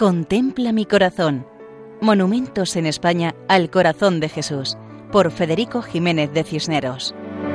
Contempla mi corazón. Monumentos en España al corazón de Jesús, por Federico Jiménez de Cisneros.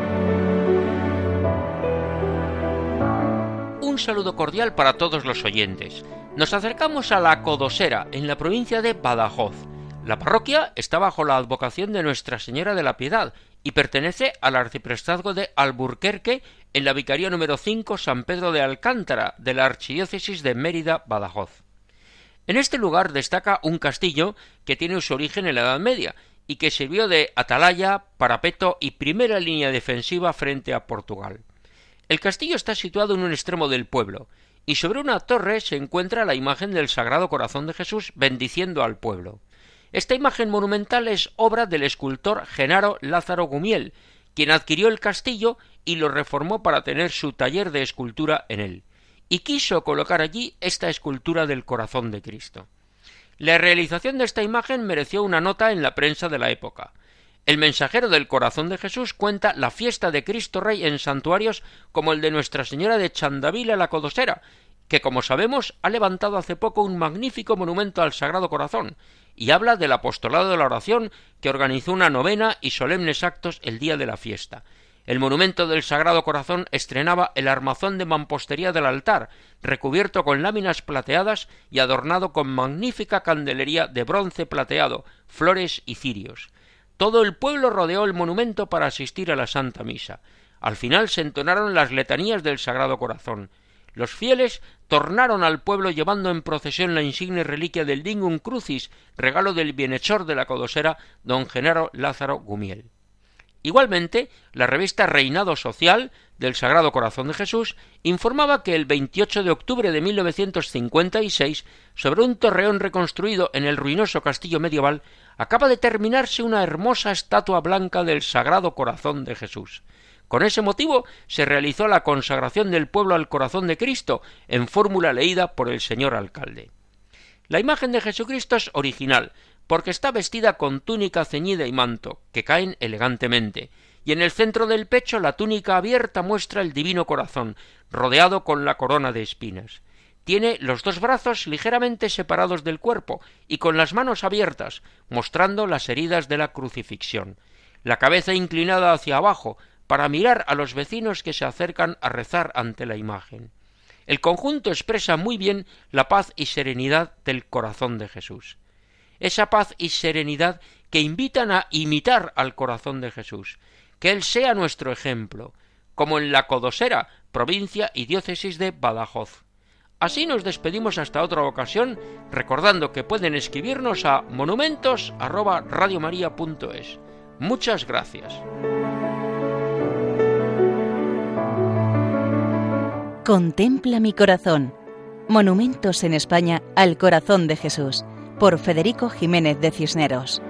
Un saludo cordial para todos los oyentes. Nos acercamos a La Codosera, en la provincia de Badajoz. La parroquia está bajo la advocación de Nuestra Señora de la Piedad y pertenece al arciprestazgo de Alburquerque, en la vicaría número 5 San Pedro de Alcántara, de la archidiócesis de Mérida-Badajoz. En este lugar destaca un castillo que tiene su origen en la Edad Media y que sirvió de atalaya, parapeto y primera línea defensiva frente a Portugal. El castillo está situado en un extremo del pueblo y sobre una torre se encuentra la imagen del Sagrado Corazón de Jesús bendiciendo al pueblo. Esta imagen monumental es obra del escultor Genaro Lázaro Gumiel, quien adquirió el castillo y lo reformó para tener su taller de escultura en él, y quiso colocar allí esta escultura del Corazón de Cristo. La realización de esta imagen mereció una nota en la prensa de la época. El mensajero del Corazón de Jesús cuenta la fiesta de Cristo Rey en santuarios como el de Nuestra Señora de Chandavila la Codosera, que, como sabemos, ha levantado hace poco un magnífico monumento al Sagrado Corazón, y habla del apostolado de la oración, que organizó una novena y solemnes actos el día de la fiesta. El monumento del Sagrado Corazón estrenaba el armazón de mampostería del altar, recubierto con láminas plateadas y adornado con magnífica candelería de bronce plateado, flores y cirios. Todo el pueblo rodeó el monumento para asistir a la Santa Misa. Al final se entonaron las letanías del Sagrado Corazón. Los fieles tornaron al pueblo llevando en procesión la insigne reliquia del Dignum Crucis, regalo del bienhechor de la Codosera, don Genaro Lázaro Gumiel. Igualmente, la revista Reinado Social del Sagrado Corazón de Jesús informaba que el 28 de octubre de 1956, sobre un torreón reconstruido en el ruinoso castillo medieval, acaba de terminarse una hermosa estatua blanca del Sagrado Corazón de Jesús. Con ese motivo se realizó la consagración del pueblo al Corazón de Cristo, en fórmula leída por el señor alcalde. La imagen de Jesucristo es original, porque está vestida con túnica ceñida y manto, que caen elegantemente, y en el centro del pecho la túnica abierta muestra el Divino Corazón, rodeado con la corona de espinas. Tiene los dos brazos ligeramente separados del cuerpo y con las manos abiertas, mostrando las heridas de la crucifixión. La cabeza inclinada hacia abajo, para mirar a los vecinos que se acercan a rezar ante la imagen. El conjunto expresa muy bien la paz y serenidad del corazón de Jesús. Esa paz y serenidad que invitan a imitar al corazón de Jesús, que Él sea nuestro ejemplo, como en La Codosera, provincia y diócesis de Badajoz. Así nos despedimos hasta otra ocasión, recordando que pueden escribirnos a monumentos@radiomaria.es. Muchas gracias. Contempla mi corazón. Monumentos en España al corazón de Jesús, por Federico Jiménez de Cisneros.